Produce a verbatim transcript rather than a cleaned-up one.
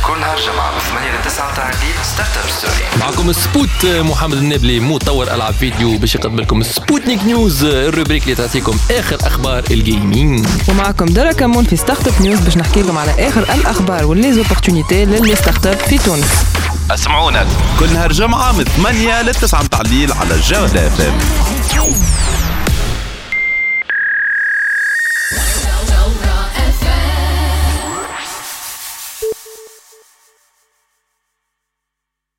كل نهار جمعة من ثمانية لتسعة متاع الليل ستارت اب ستوري. معكم سبوت محمد النابلي مطور ألعاب فيديو باش يقدم لكم سبوتنيك نيوز، الروبريك اللي تعطيكم آخر أخبار الجيمنج. ومعكم درا كمون في ستارت اب نيوز باش نحكي لكم على آخر الأخبار والليزوبورتونيتي للي ستارت اب في تونس. اسمعونا كل نهار جمعة من ثمانية لتسعة متاع الليل على الجودة اف ام.